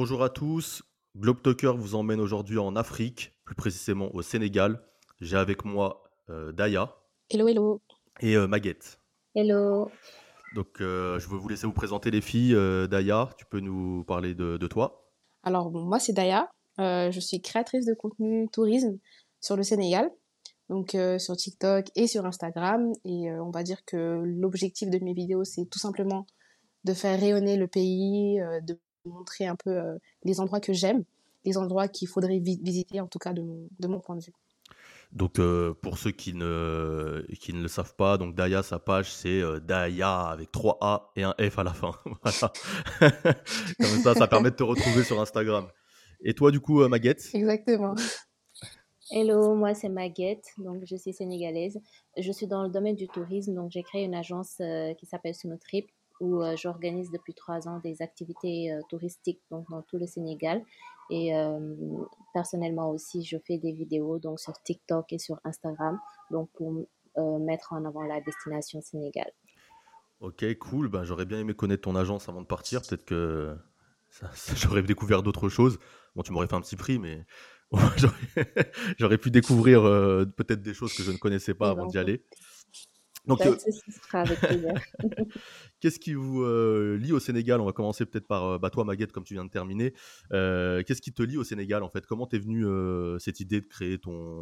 Bonjour à tous, Globe Talker vous emmène aujourd'hui en Afrique, plus précisément au Sénégal. J'ai avec moi Daya Hello, hello. et Maguette. Hello, Donc je vais vous laisser vous présenter les filles. Daya, tu peux nous parler de toi? Alors, bon, moi, c'est Daya. Je suis créatrice de contenu tourisme sur le Sénégal, donc sur TikTok et sur Instagram. Et on va dire que l'objectif de mes vidéos, c'est tout simplement de faire rayonner le pays, de montrer un peu les endroits que j'aime, les endroits qu'il faudrait visiter, en tout cas de mon point de vue. Donc pour ceux qui ne le savent pas, donc Daya, sa page, c'est Daya avec 3 A et un F à la fin. Voilà. Comme ça permet de te retrouver sur Instagram. Et toi, du coup, Maguette? Exactement. hello, moi c'est Maguette, donc je suis sénégalaise. Je suis dans le domaine du tourisme, donc j'ai créé une agence qui s'appelle Sunotrip où j'organise depuis 3 ans des activités touristiques donc dans tout le Sénégal. Et personnellement aussi, je fais des vidéos donc sur TikTok et sur Instagram donc pour mettre en avant la destination Sénégal. Ok, cool. Ben, j'aurais bien aimé connaître ton agence avant de partir. Peut-être que j'aurais découvert d'autres choses. Bon, tu m'aurais fait un petit prix, mais j'aurais pu découvrir peut-être des choses que je ne connaissais pas Et avant donc, d'y aller. Donc, pas de souci, ce sera avec plaisir. qu'est-ce qui vous lie au Sénégal? On va commencer peut-être par toi, Maguette, comme tu viens de terminer. Qu'est-ce qui te lie au Sénégal, en fait? Comment t'es venue cette idée de créer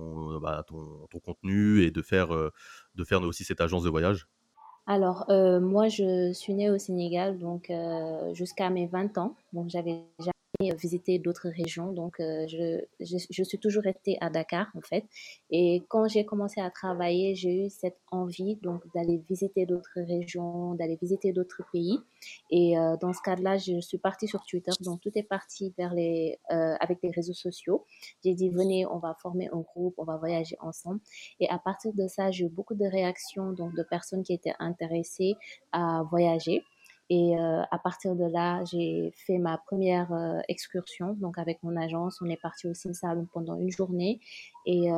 ton contenu et de faire aussi cette agence de voyage? Alors, moi, je suis née au Sénégal, donc jusqu'à mes 20 ans. Donc, j'avais jamais visité d'autres régions. Donc, je suis toujours restée à Dakar, en fait. Et quand j'ai commencé à travailler, j'ai eu cette envie donc d'aller visiter d'autres régions, d'aller visiter d'autres pays. Et dans ce cadre-là, je suis partie sur Twitter. Donc, tout est parti avec les réseaux sociaux. J'ai dit, venez, on va former un groupe, on va voyager ensemble. Et à partir de ça, j'ai eu beaucoup de réactions donc de personnes qui étaient intéressées à voyager. Et à partir de là, j'ai fait ma première excursion. Donc avec mon agence, on est parti au Sine Saloum pendant une journée. Et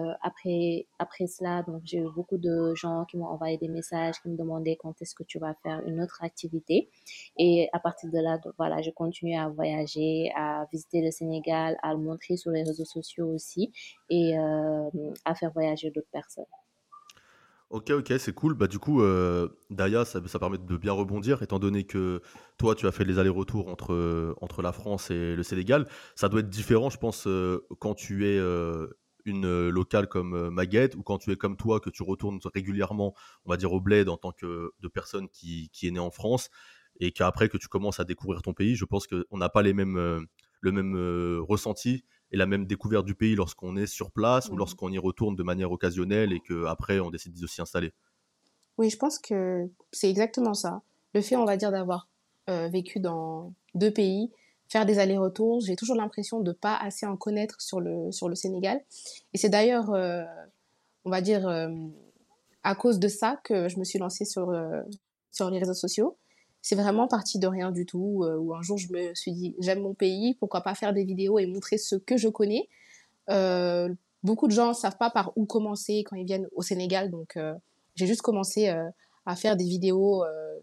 après cela, donc j'ai eu beaucoup de gens qui m'ont envoyé des messages, qui me demandaient quand est-ce que tu vas faire une autre activité. Et à partir de là, donc, voilà, j'ai continué à voyager, à visiter le Sénégal, à le montrer sur les réseaux sociaux aussi et à faire voyager d'autres personnes. Ok, ok, c'est cool. Bah, du coup, Daya, ça permet de bien rebondir, étant donné que toi, tu as fait les allers-retours entre la France et le Sénégal. Ça doit être différent, je pense, quand tu es une locale comme Maguette ou quand tu es comme toi, que tu retournes régulièrement, on va dire, au bled en tant que de personne qui est née en France et qu'après que tu commences à découvrir ton pays. Je pense qu'on n'a pas le même ressenti et la même découverte du pays lorsqu'on est sur place ou Mhm. lorsqu'on y retourne de manière occasionnelle et qu'après on décide de s'y installer. Oui, je pense que c'est exactement ça. Le fait, on va dire, d'avoir vécu dans deux pays, faire des allers-retours, j'ai toujours l'impression de pas assez en connaître sur le Sénégal. Et c'est d'ailleurs, on va dire, à cause de ça que je me suis lancée sur les réseaux sociaux. C'est vraiment parti de rien du tout, où un jour je me suis dit, j'aime mon pays, pourquoi pas faire des vidéos et montrer ce que je connais. Euh, Beaucoup de gens ne savent pas par où commencer quand ils viennent au Sénégal, donc j'ai juste commencé à faire des vidéos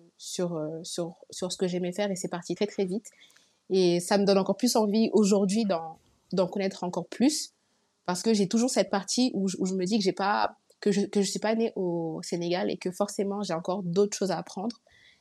sur ce que j'aimais faire et c'est parti très très vite. Et ça me donne encore plus envie aujourd'hui d'en connaître encore plus parce que j'ai toujours cette partie où je me dis que j'ai pas que je suis pas née au Sénégal et que forcément j'ai encore d'autres choses à apprendre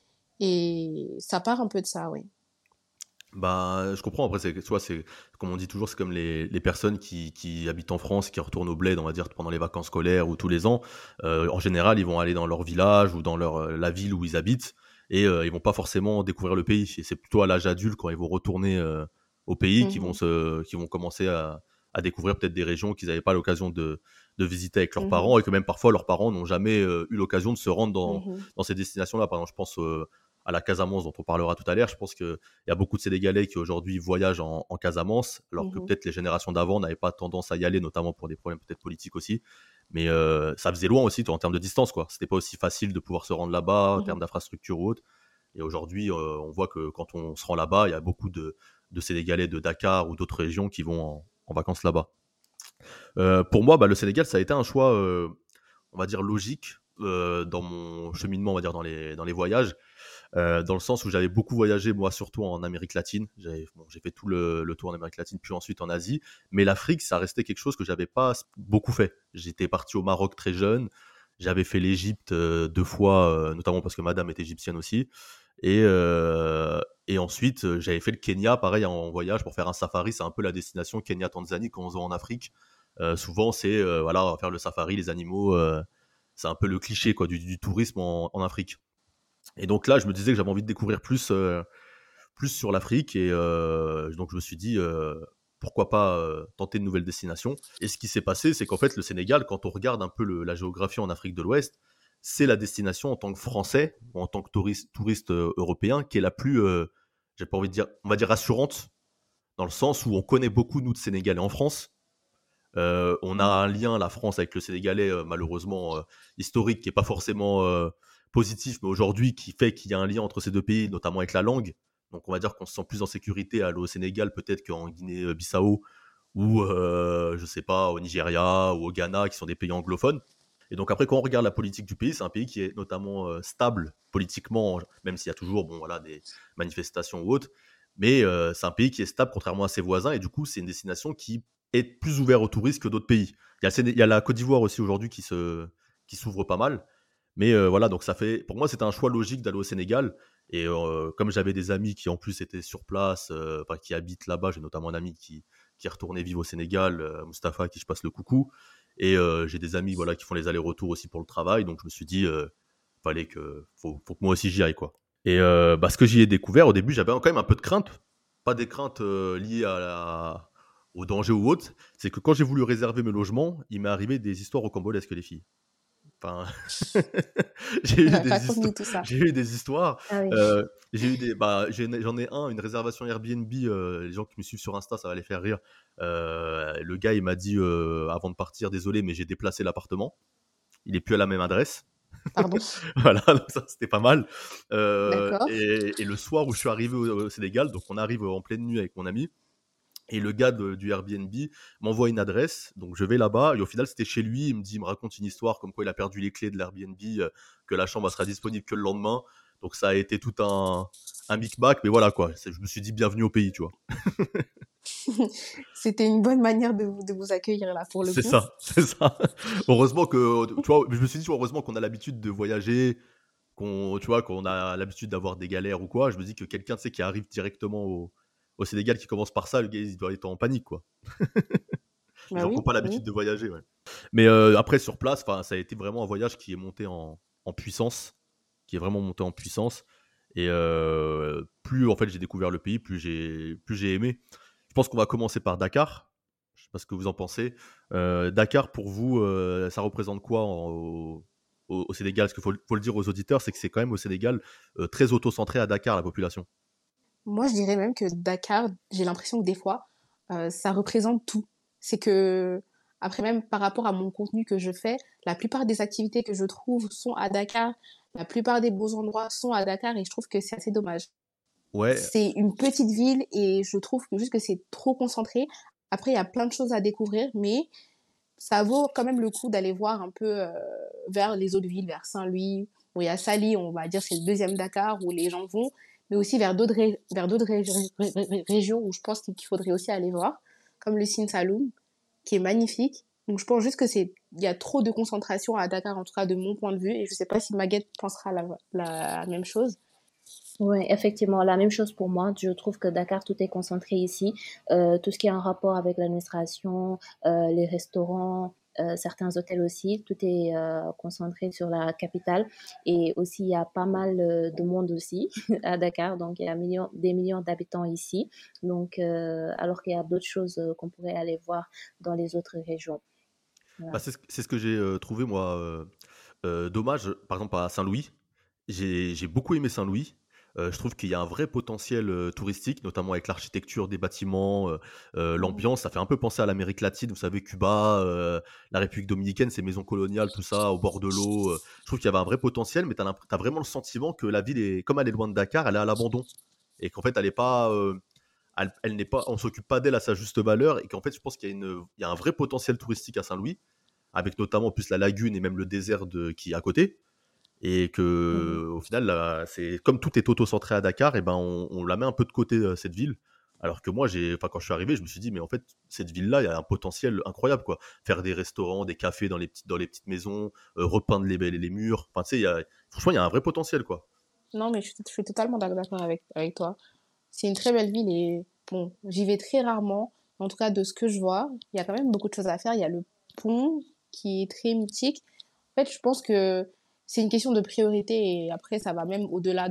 et ça part un peu de ça, oui. Bah, je comprends. Après, tu vois, c'est comme on dit toujours, c'est comme les personnes qui habitent en France, qui retournent au bled, on va dire, pendant les vacances scolaires ou tous les ans. En général, ils vont aller dans leur village ou dans la ville où ils habitent et ils vont pas forcément découvrir le pays. Et c'est plutôt à l'âge adulte, quand ils vont retourner au pays, Mhm, qu'ils vont commencer à découvrir peut-être des régions qu'ils n'avaient pas l'occasion de visiter avec leurs mhm, parents et que même parfois leurs parents n'ont jamais eu l'occasion de se rendre mhm, dans ces destinations-là. Par exemple, je pense à la Casamance dont on parlera tout à l'heure. Je pense que il y a beaucoup de Sénégalais qui aujourd'hui voyagent en Casamance, alors que mhm, peut-être les générations d'avant n'avaient pas tendance à y aller, notamment pour des problèmes peut-être politiques aussi. Mais ça faisait loin aussi, toi, en termes de distance, quoi. C'était pas aussi facile de pouvoir se rendre là-bas en mhm. termes d'infrastructure ou autre. Et aujourd'hui, on voit que quand on se rend là-bas, il y a beaucoup de Sénégalais de Dakar ou d'autres régions qui vont en vacances là-bas. Pour moi, bah, le Sénégal, ça a été un choix, on va dire, logique, dans mon cheminement, on va dire, dans les voyages, dans le sens où j'avais beaucoup voyagé, moi, surtout en Amérique latine. J'ai fait tout le tour en Amérique latine, puis ensuite en Asie. Mais l'Afrique, ça restait quelque chose que j'avais pas beaucoup fait. J'étais parti au Maroc très jeune. J'avais fait l'Égypte 2 fois, notamment parce que madame est égyptienne aussi. Et ensuite, j'avais fait le Kenya, pareil, en voyage pour faire un safari. C'est un peu la destination Kenya-Tanzanie quand on se voit en Afrique. Souvent, c'est voilà, on va faire le safari, les animaux. C'est un peu le cliché quoi, du tourisme en Afrique. Et donc là, je me disais que j'avais envie de découvrir plus sur l'Afrique. Et donc, je me suis dit, pourquoi pas tenter de nouvelles destinations. Et ce qui s'est passé, c'est qu'en fait, le Sénégal, quand on regarde un peu la géographie en Afrique de l'Ouest, c'est la destination en tant que Français, ou en tant que touriste européen, qui est la plus, j'ai pas envie de dire, on va dire rassurante, dans le sens où on connaît beaucoup, nous, de Sénégalais en France. On a un lien, la France, avec le Sénégalais, malheureusement, historique, qui n'est pas forcément positif, mais aujourd'hui, qui fait qu'il y a un lien entre ces deux pays, notamment avec la langue. Donc, on va dire qu'on se sent plus en sécurité à aller au Sénégal, peut-être qu'en Guinée-Bissau, ou, je sais pas, au Nigeria, ou au Ghana, qui sont des pays anglophones. Et donc, après, quand on regarde la politique du pays, c'est un pays qui est notamment stable politiquement, même s'il y a toujours bon, voilà, des manifestations ou autres. Mais c'est un pays qui est stable, contrairement à ses voisins. Et du coup, c'est une destination qui est plus ouvert aux touristes que d'autres pays. Il y a la Côte d'Ivoire aussi aujourd'hui qui s'ouvre pas mal. Mais voilà, donc ça fait. Pour moi, c'était un choix logique d'aller au Sénégal. Et comme j'avais des amis qui en plus étaient sur place, enfin, qui habitent là-bas, j'ai notamment un ami qui est retourné vivre au Sénégal, Mustapha, à qui je passe le coucou. Et j'ai des amis voilà, qui font les allers-retours aussi pour le travail. Donc je me suis dit, faut que moi aussi j'y aille, quoi. Et ce que j'y ai découvert, au début, j'avais quand même un peu de crainte. Pas des craintes liées au danger ou autre. C'est que quand j'ai voulu réserver mes logements, il m'est arrivé des histoires rocambolesques, les filles. Enfin, j'ai eu des Raconte-nous histoires. tout ça. J'ai eu des histoires. Ah oui. J'en ai une réservation Airbnb. Les gens qui me suivent sur Insta, ça va les faire rire. Le gars, il m'a dit avant de partir, désolé, mais j'ai déplacé l'appartement. Il est plus à la même adresse. Pardon. Voilà, donc ça c'était pas mal. D'accord. Et le soir où je suis arrivé au Sénégal, donc on arrive en pleine nuit avec mon ami. Et le gars du Airbnb m'envoie une adresse, donc je vais là-bas, et au final c'était chez lui, il me raconte une histoire comme quoi il a perdu les clés de l'Airbnb, que la chambre sera disponible que le lendemain, donc ça a été tout un micmac, mais voilà quoi, je me suis dit bienvenue au pays, tu vois. C'était une bonne manière de vous accueillir là pour le C'est coup. ça, c'est ça. Heureusement que, tu vois, je me suis dit, heureusement qu'on a l'habitude de voyager, tu vois, qu'on a l'habitude d'avoir des galères ou quoi, je me dis que quelqu'un, tu sais, qui arrive directement au Sénégal, qui commence par ça, le gars, il doit être en panique, quoi. Les Bah gens qui n'ont oui, pas oui. l'habitude de voyager, ouais. Mais après, sur place, ça a été vraiment un voyage qui est monté en puissance, qui est vraiment monté en puissance. Et plus, en fait, j'ai découvert le pays, plus j'ai aimé. Je pense qu'on va commencer par Dakar. Je sais pas ce que vous en pensez. Dakar, pour vous, ça représente quoi au Sénégal? Parce qu'il faut le dire aux auditeurs, c'est que c'est quand même au Sénégal très auto-centré à Dakar, la population. Moi, je dirais même que Dakar, j'ai l'impression que des fois, ça représente tout. C'est que, après même par rapport à mon contenu que je fais, la plupart des activités que je trouve sont à Dakar, la plupart des beaux endroits sont à Dakar et je trouve que c'est assez dommage. Ouais, C'est une petite ville et je trouve que juste que c'est trop concentré. Après, il y a plein de choses à découvrir, mais ça vaut quand même le coup d'aller voir un peu vers les autres villes, vers Saint-Louis, où il y a Sali, on va dire c'est le deuxième Dakar où les gens vont, mais aussi vers d'autres régions où je pense qu'il faudrait aussi aller voir, comme le Sine Saloum, qui est magnifique. Donc je pense juste que il y a trop de concentration à Dakar, en tout cas de mon point de vue, et je sais pas si Maguette pensera la même chose. Oui, effectivement, la même chose pour moi. Je trouve que Dakar, tout est concentré ici. Tout ce qui est en rapport avec l'administration, les restaurants, certains hôtels aussi, tout est concentré sur la capitale. Et aussi, il y a pas mal de monde aussi à Dakar. Donc, il y a des millions d'habitants ici. Donc, alors qu'il y a d'autres choses qu'on pourrait aller voir dans les autres régions. Voilà. c'est ce que j'ai trouvé, moi, dommage. Par exemple, à Saint-Louis, j'ai beaucoup aimé Saint-Louis. Je trouve qu'il y a un vrai potentiel touristique, notamment avec l'architecture des bâtiments, Mhm. l'ambiance. Ça fait un peu penser à l'Amérique latine, vous savez, Cuba, la République dominicaine, ces maisons coloniales, tout ça, au bord de l'eau. Je trouve qu'il y avait un vrai potentiel, mais t'as vraiment le sentiment que la ville est, comme elle est loin de Dakar, elle est à l'abandon. Et qu'en fait, elle est pas, elle n'est pas, on s'occupe pas d'elle à sa juste valeur. Et qu'en fait, je pense qu'il y a un vrai potentiel touristique à Saint-Louis. avec notamment en plus la lagune et même le désert qui est à côté. Et Mhm. que au final, là, c'est comme tout est auto-centré à Dakar, et ben on la met un peu de côté cette ville. Alors que moi, quand je suis arrivé, je me suis dit, mais en fait, cette ville-là, il y a un potentiel incroyable, quoi. Faire des restaurants, des cafés dans les petites maisons, repeindre les murs. Enfin, tu sais, franchement, il y a un vrai potentiel, quoi. Non, mais je suis totalement d'accord avec toi. C'est une très belle ville et bon, j'y vais très rarement. En tout cas, de ce que je vois, il y a quand même beaucoup de choses à faire. Il y a le pont qui est très mythique. En fait, je pense que c'est une question de priorité et après, ça va même au-delà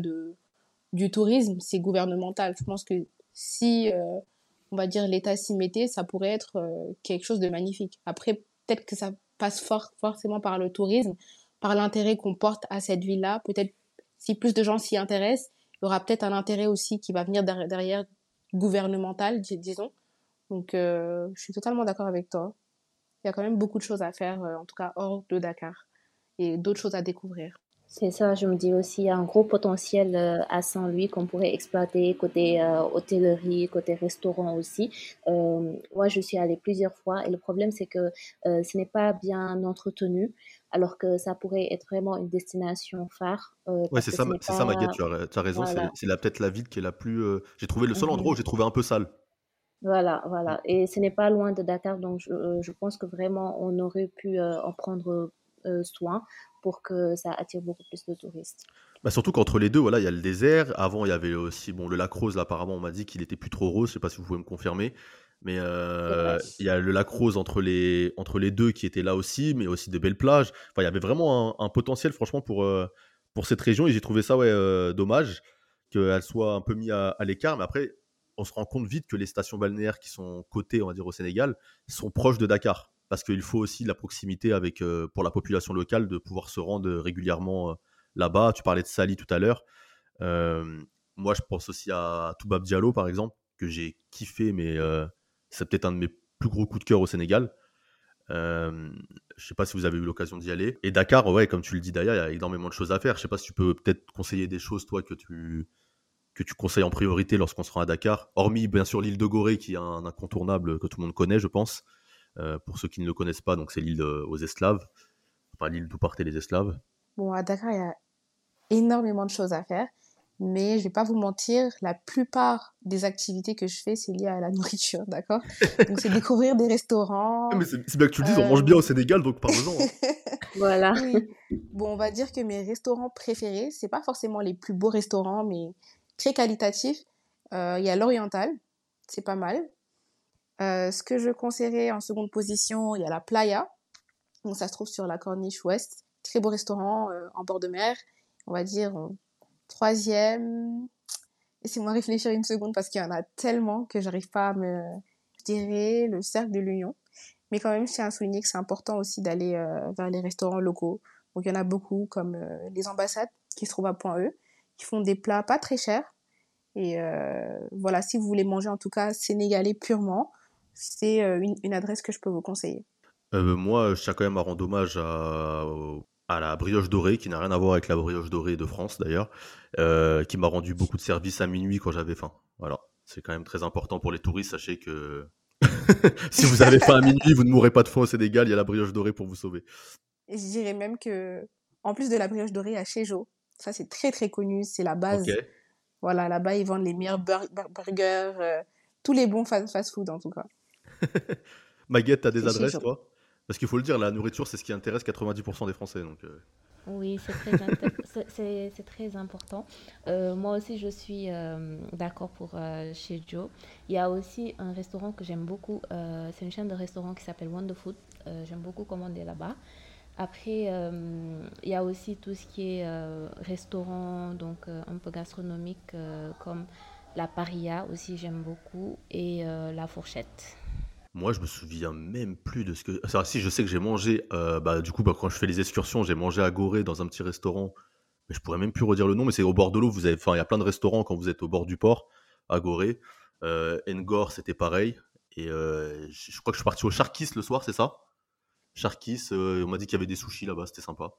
du tourisme, c'est gouvernemental. Je pense que si, on va dire, l'État s'y mettait, ça pourrait être quelque chose de magnifique. Après, peut-être que ça passe forcément par le tourisme, par l'intérêt qu'on porte à cette ville-là. Peut-être si plus de gens s'y intéressent, il y aura peut-être un intérêt aussi qui va venir derrière gouvernemental, disons. Donc, je suis totalement d'accord avec toi. Il y a quand même beaucoup de choses à faire, en tout cas hors de Dakar, et d'autres choses à découvrir. C'est ça, je me dis aussi, il y a un gros potentiel à Saint-Louis qu'on pourrait exploiter côté hôtellerie, côté restaurant aussi. Moi, je suis allée plusieurs fois et le problème, c'est que ce n'est pas bien entretenu, alors que ça pourrait être vraiment une destination phare Ouais, parce que ce n'est c'est ça, Maguette, pas... tu as raison, Voilà. c'est peut-être la ville qui est la plus. J'ai trouvé le seul endroit où Mhm. j'ai trouvé un peu sale. Voilà, Mm. voilà. Et ce n'est pas loin de Dakar, donc je pense que vraiment on aurait pu en prendre soin pour que ça attire beaucoup plus de touristes. Bah, surtout qu'entre les deux, voilà, il y a le désert. Avant, il y avait aussi bon, le lac Rose, là, apparemment, on m'a dit qu'il était plus trop rose. Je sais pas si vous pouvez me confirmer. Mais C'est vrai. il y a le lac Rose entre les deux qui était là aussi, mais aussi de belles plages. Enfin, il y avait vraiment un potentiel, franchement, pour cette région. Et j'ai trouvé ça ouais, dommage qu'elle soit un peu mise à l'écart. Mais après, on se rend compte vite que les stations balnéaires qui sont cotées, on va dire, au Sénégal, sont proches de Dakar. Parce qu'il faut aussi la proximité avec, pour la population locale de pouvoir se rendre régulièrement là-bas. Tu parlais de Sali tout à l'heure. Euh, Moi, je pense aussi à Toubab Diallo, par exemple, que j'ai kiffé, mais c'est peut-être un de mes plus gros coups de cœur au Sénégal. Je sais pas si vous avez eu l'occasion d'y aller. Et Dakar, ouais, comme tu le dis d'ailleurs, il y a énormément de choses à faire. Je sais pas si tu peux peut-être conseiller des choses, toi, que tu conseilles en priorité lorsqu'on se rend à Dakar. Hormis, bien sûr, l'île de Gorée, qui est un incontournable que tout le monde connaît, je pense. Pour ceux qui ne le connaissent pas, donc c'est l'île aux esclaves. Enfin, l'île d'où partaient les esclaves. Bon, à Dakar, il y a énormément de choses à faire. Mais je vais pas vous mentir, la plupart des activités que je fais, c'est lié à la nourriture, d'accord? Donc, c'est découvrir des Ah, restaurants. mais c'est bien que tu le dises, on mange bien au euh, Sénégal, donc parle-en, hein. Voilà. Oui. Bon, on va dire que mes restaurants préférés, c'est pas forcément les plus beaux restaurants, mais très qualitatifs. Il y a l'Oriental, c'est pas mal. Ce que je conseillerais en seconde position, il y a la Playa. Donc, ça se trouve sur la Corniche Ouest. Très beau restaurant en bord de mer. On va dire troisième. Laissez-moi réfléchir une seconde parce qu'il y en a tellement que j'arrive pas à me... Je dirais le Cercle de l'Union. Mais quand même, je tiens à souligner que c'est important aussi d'aller vers les restaurants locaux. Donc il y en a beaucoup comme les ambassades qui se trouvent à Point-E, qui font des plats pas très chers. Et voilà, si vous voulez manger en tout cas sénégalais purement, c'est une adresse que je peux vous conseiller. Moi, je tiens quand même à rendre hommage à la brioche dorée, qui n'a rien à voir avec la brioche dorée de France d'ailleurs, qui m'a rendu beaucoup de services à minuit quand j'avais faim. Voilà, c'est quand même très important pour les touristes. Sachez que si vous avez faim à minuit, vous ne mourrez pas de faim au Sénégal. Il y a la brioche dorée pour vous sauver. Et je dirais même que, en plus de la brioche dorée à Chejo, ça c'est très très connu, c'est la Ok. base. Voilà, là-bas ils vendent les meilleurs burgers, tous les bons fast-food en tout cas. Maguette, t'as des C'est adresses, Chejo. toi? Parce qu'il faut le dire, la nourriture, c'est ce qui intéresse 90% des Français. Donc, Oui, c'est très important. Moi aussi, je suis d'accord pour chez Joe. Il y a aussi un restaurant que j'aime beaucoup. C'est une chaîne de restaurants qui s'appelle Wonder Food. J'aime beaucoup commander là-bas. Après, il y a aussi tout ce qui est restaurant, donc un peu gastronomique, comme la paria aussi, j'aime beaucoup, et la fourchette. moi, je me souviens même plus de ce que. Alors, si, je sais que j'ai mangé. Bah, du coup, bah, quand je fais les excursions, j'ai mangé à Gorée dans un petit restaurant. Mais je pourrais même plus redire le nom. Mais c'est au bord de l'eau. Vous avez. Enfin, il y a plein de restaurants quand vous êtes au bord du port à Gorée. Ngor, c'était pareil. Et je crois que je suis parti au Charkis le soir, c'est ça? Charkis. On m'a dit qu'il y avait des sushis là-bas. C'était sympa.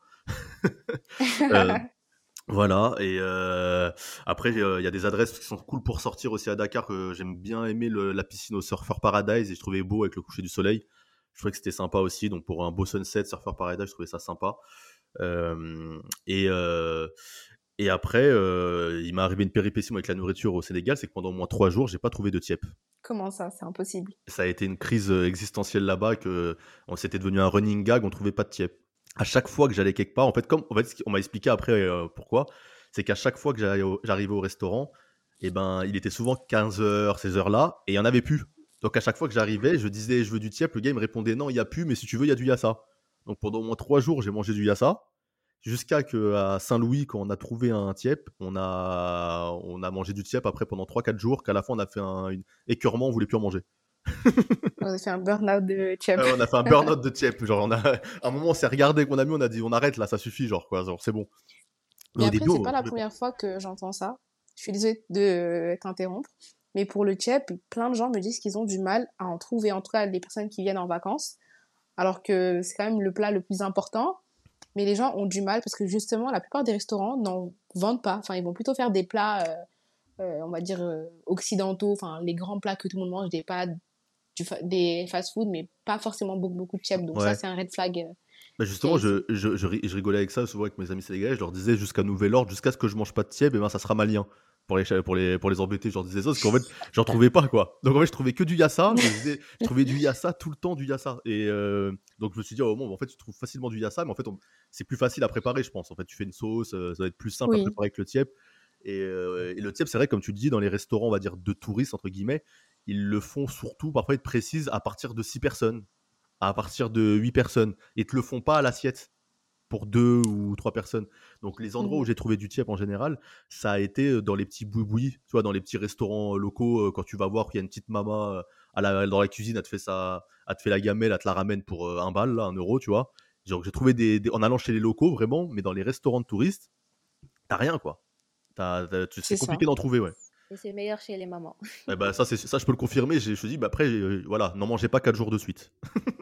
Euh, Voilà, et après, il y a des adresses qui sont cool pour sortir aussi à Dakar, que j'aime bien aimer la piscine au Surfer Paradise, et je trouvais beau avec le coucher du soleil. Je trouvais que c'était sympa aussi. Donc pour un beau sunset, Surfer Paradise, je trouvais ça sympa. Et, et après, il m'est arrivé une péripétie moi, avec la nourriture au Sénégal, c'est que pendant au moins 3 jours, j'ai pas trouvé de tiep. Comment ça? C'est impossible. Ça a été une crise existentielle là-bas c'était devenu un running gag, on trouvait pas de tiep. À chaque fois que j'allais quelque part, en fait, on m'a expliqué après pourquoi, c'est qu'à chaque fois que j'arrivais au restaurant, et ben, il était souvent 15h, ces heures-là, et il y en avait plus. Donc à chaque fois que j'arrivais, je disais je veux du tiep, le gars il me répondait non, il y a plus, mais si tu veux, il y a du yassa. Donc pendant au moins 3 jours, j'ai mangé du yassa. Jusqu'à que à Saint-Louis, quand on a trouvé un tiep, on a mangé du tiep après pendant 3-4 jours, qu'à la fin on a fait un écœurement, on voulait plus en manger. On a fait un burn-out de Chep. On a fait un burn-out de tiep. Genre, à un moment, on s'est regardé qu'on a mis, on a dit on arrête là, ça suffit, genre, quoi, genre, c'est bon. Mais Mais au après, début, c'est pas on la pouvait pas. première fois que j'entends ça. Je suis désolée de t'interrompre. Mais pour le Chep, plein de gens me disent qu'ils ont du mal à en trouver, en tout cas les personnes qui viennent en vacances, alors que c'est quand même le plat le plus important. Mais les gens ont du mal parce que justement, la plupart des restaurants n'en vendent pas. Enfin, ils vont plutôt faire des plats, on va dire, occidentaux, enfin, les grands plats que tout le monde mange, des plats, des fast-food, mais pas forcément beaucoup, beaucoup de Chep. Donc ça, Ouais. c'est un red flag Bah qu'il y a justement, ici. je rigolais avec ça souvent avec mes amis sénégalais. Je leur disais jusqu'à nouvel ordre, jusqu'à ce que je mange pas de tieb, et ben ça sera malien. Pour les embêter, je leur disais ça, parce qu'en fait, j'en trouvais pas, quoi. Donc en fait, je trouvais que du yassa, mais je trouvais du yassa tout le temps, du yassa. Et donc je me suis dit, oh, bon, en fait, tu trouves facilement du yassa, mais en fait, c'est plus facile à préparer, je pense. En fait, tu fais une sauce, ça va être plus simple à Oui, préparer que le tieb. Et le tieb, c'est vrai, comme tu le dis, dans les restaurants, on va dire, de touristes, entre guillemets, ils le font surtout, parfois, être précise, à partir de 6 personnes, à partir de 8 personnes. Et te le font pas à l'assiette pour 2 ou 3 personnes. Donc les endroits où mhm, j'ai trouvé du tiep en général, ça a été dans les petits boui-boui, tu vois, dans les petits restaurants locaux, quand tu vas voir qu'il y a une petite maman dans la cuisine, elle te fait la gamelle, elle te la ramène pour 1 balle, là, 1 euro, tu vois. Genre, j'ai trouvé en allant chez les locaux, vraiment, mais dans les restaurants de touristes, t'as rien, quoi. C'est c'est ça. compliqué d'en trouver, ouais. Et c'est meilleur chez les mamans. Eh ben, ça, je peux le confirmer. Je me suis dit, bah, après, voilà, n'en mangez pas 4 jours de suite.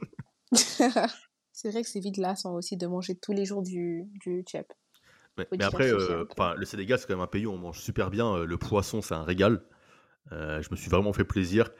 C'est vrai que c'est vite lassant aussi de manger tous les jours du Chep. Faut Mais après, diversifier un peu. le Sénégal, c'est quand même un pays où on mange super bien. Le poisson, c'est un régal. Je me suis vraiment fait plaisir.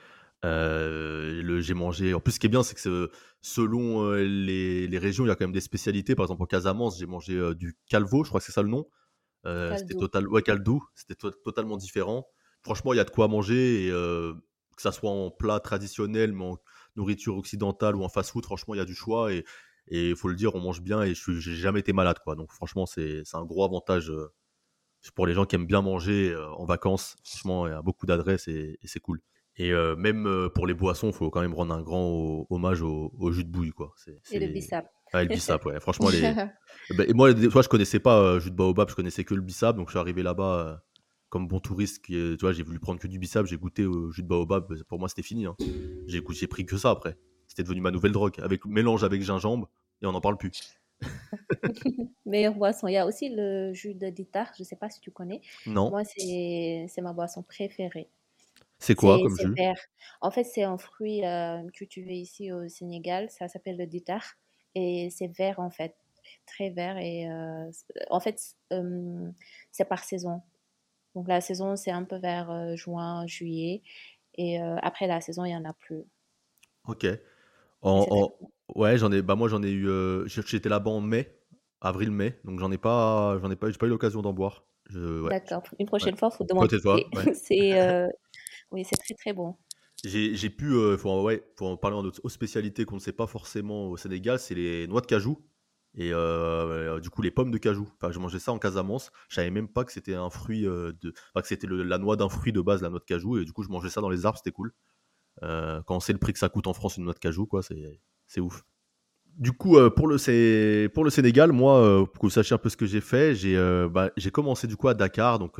J'ai mangé. En plus, ce qui est bien, c'est que selon les régions, il y a quand même des spécialités. Par exemple, en Casamance, j'ai mangé du calvo, je crois que c'est ça le nom. Caldo. Ouais, caldo. C'était totalement différent. Franchement, il y a de quoi manger. Et, que ça soit en plat traditionnel, mais en nourriture occidentale ou en fast-food, franchement, il y a du choix. Et il faut le dire, on mange bien et j'ai jamais été malade, quoi. Donc, franchement, c'est un gros avantage pour les gens qui aiment bien manger en vacances. Franchement, il y a beaucoup d'adresses et c'est cool. Et même pour les boissons, il faut quand même rendre un grand hommage au jus de bouille, quoi. Et le bissap. Ah, le bissap, ouais. Franchement, et moi, des fois, je connaissais pas jus de baobab, je connaissais que le bissap. Donc, je suis arrivé là-bas comme bon touriste. Tu vois, j'ai voulu prendre que du bissap, j'ai goûté au jus de baobab. Pour moi, c'était fini, hein. J'ai pris que ça après. C'était devenu ma nouvelle drogue. Avec mélange avec gingembre, et on n'en parle plus. Meilleure boisson. Il y a aussi le jus de ditar, je ne sais pas si tu connais. Non. Moi, c'est ma boisson préférée. C'est quoi comme C'est jus? vert. En fait, c'est un fruit cultivé ici au Sénégal. Ça s'appelle le ditar. Et c'est vert, en fait. Très vert. Et en fait, c'est par saison. Donc, la saison, c'est un peu vers juin, juillet. Et après la saison, il n'y en a plus. Ok. Mais En, c'est très en- bon. Ouais, moi j'en ai eu. J'étais là-bas en mai, avril-mai, donc j'ai pas eu l'occasion d'en boire. Ouais, D'accord. Une ouais. prochaine fois, il faut demander. Peut-être pas, ouais. Oui, c'est très, très bon. J'ai pu, faut en parler aux spécialités qu'on ne sait pas forcément au Sénégal, c'est les noix de cajou et du coup les pommes de cajou. Enfin, j'ai mangé ça en Casamance. Je savais même pas que c'était un fruit que c'était la noix d'un fruit de base, la noix de cajou, et du coup je mangeais ça dans les arbres, c'était cool. Quand on sait le prix que ça coûte en France une noix de cajou, quoi, c'est ouf. Du coup, pour le Sénégal, moi, pour que vous sachiez un peu ce que j'ai fait, j'ai commencé du coup à Dakar. Donc,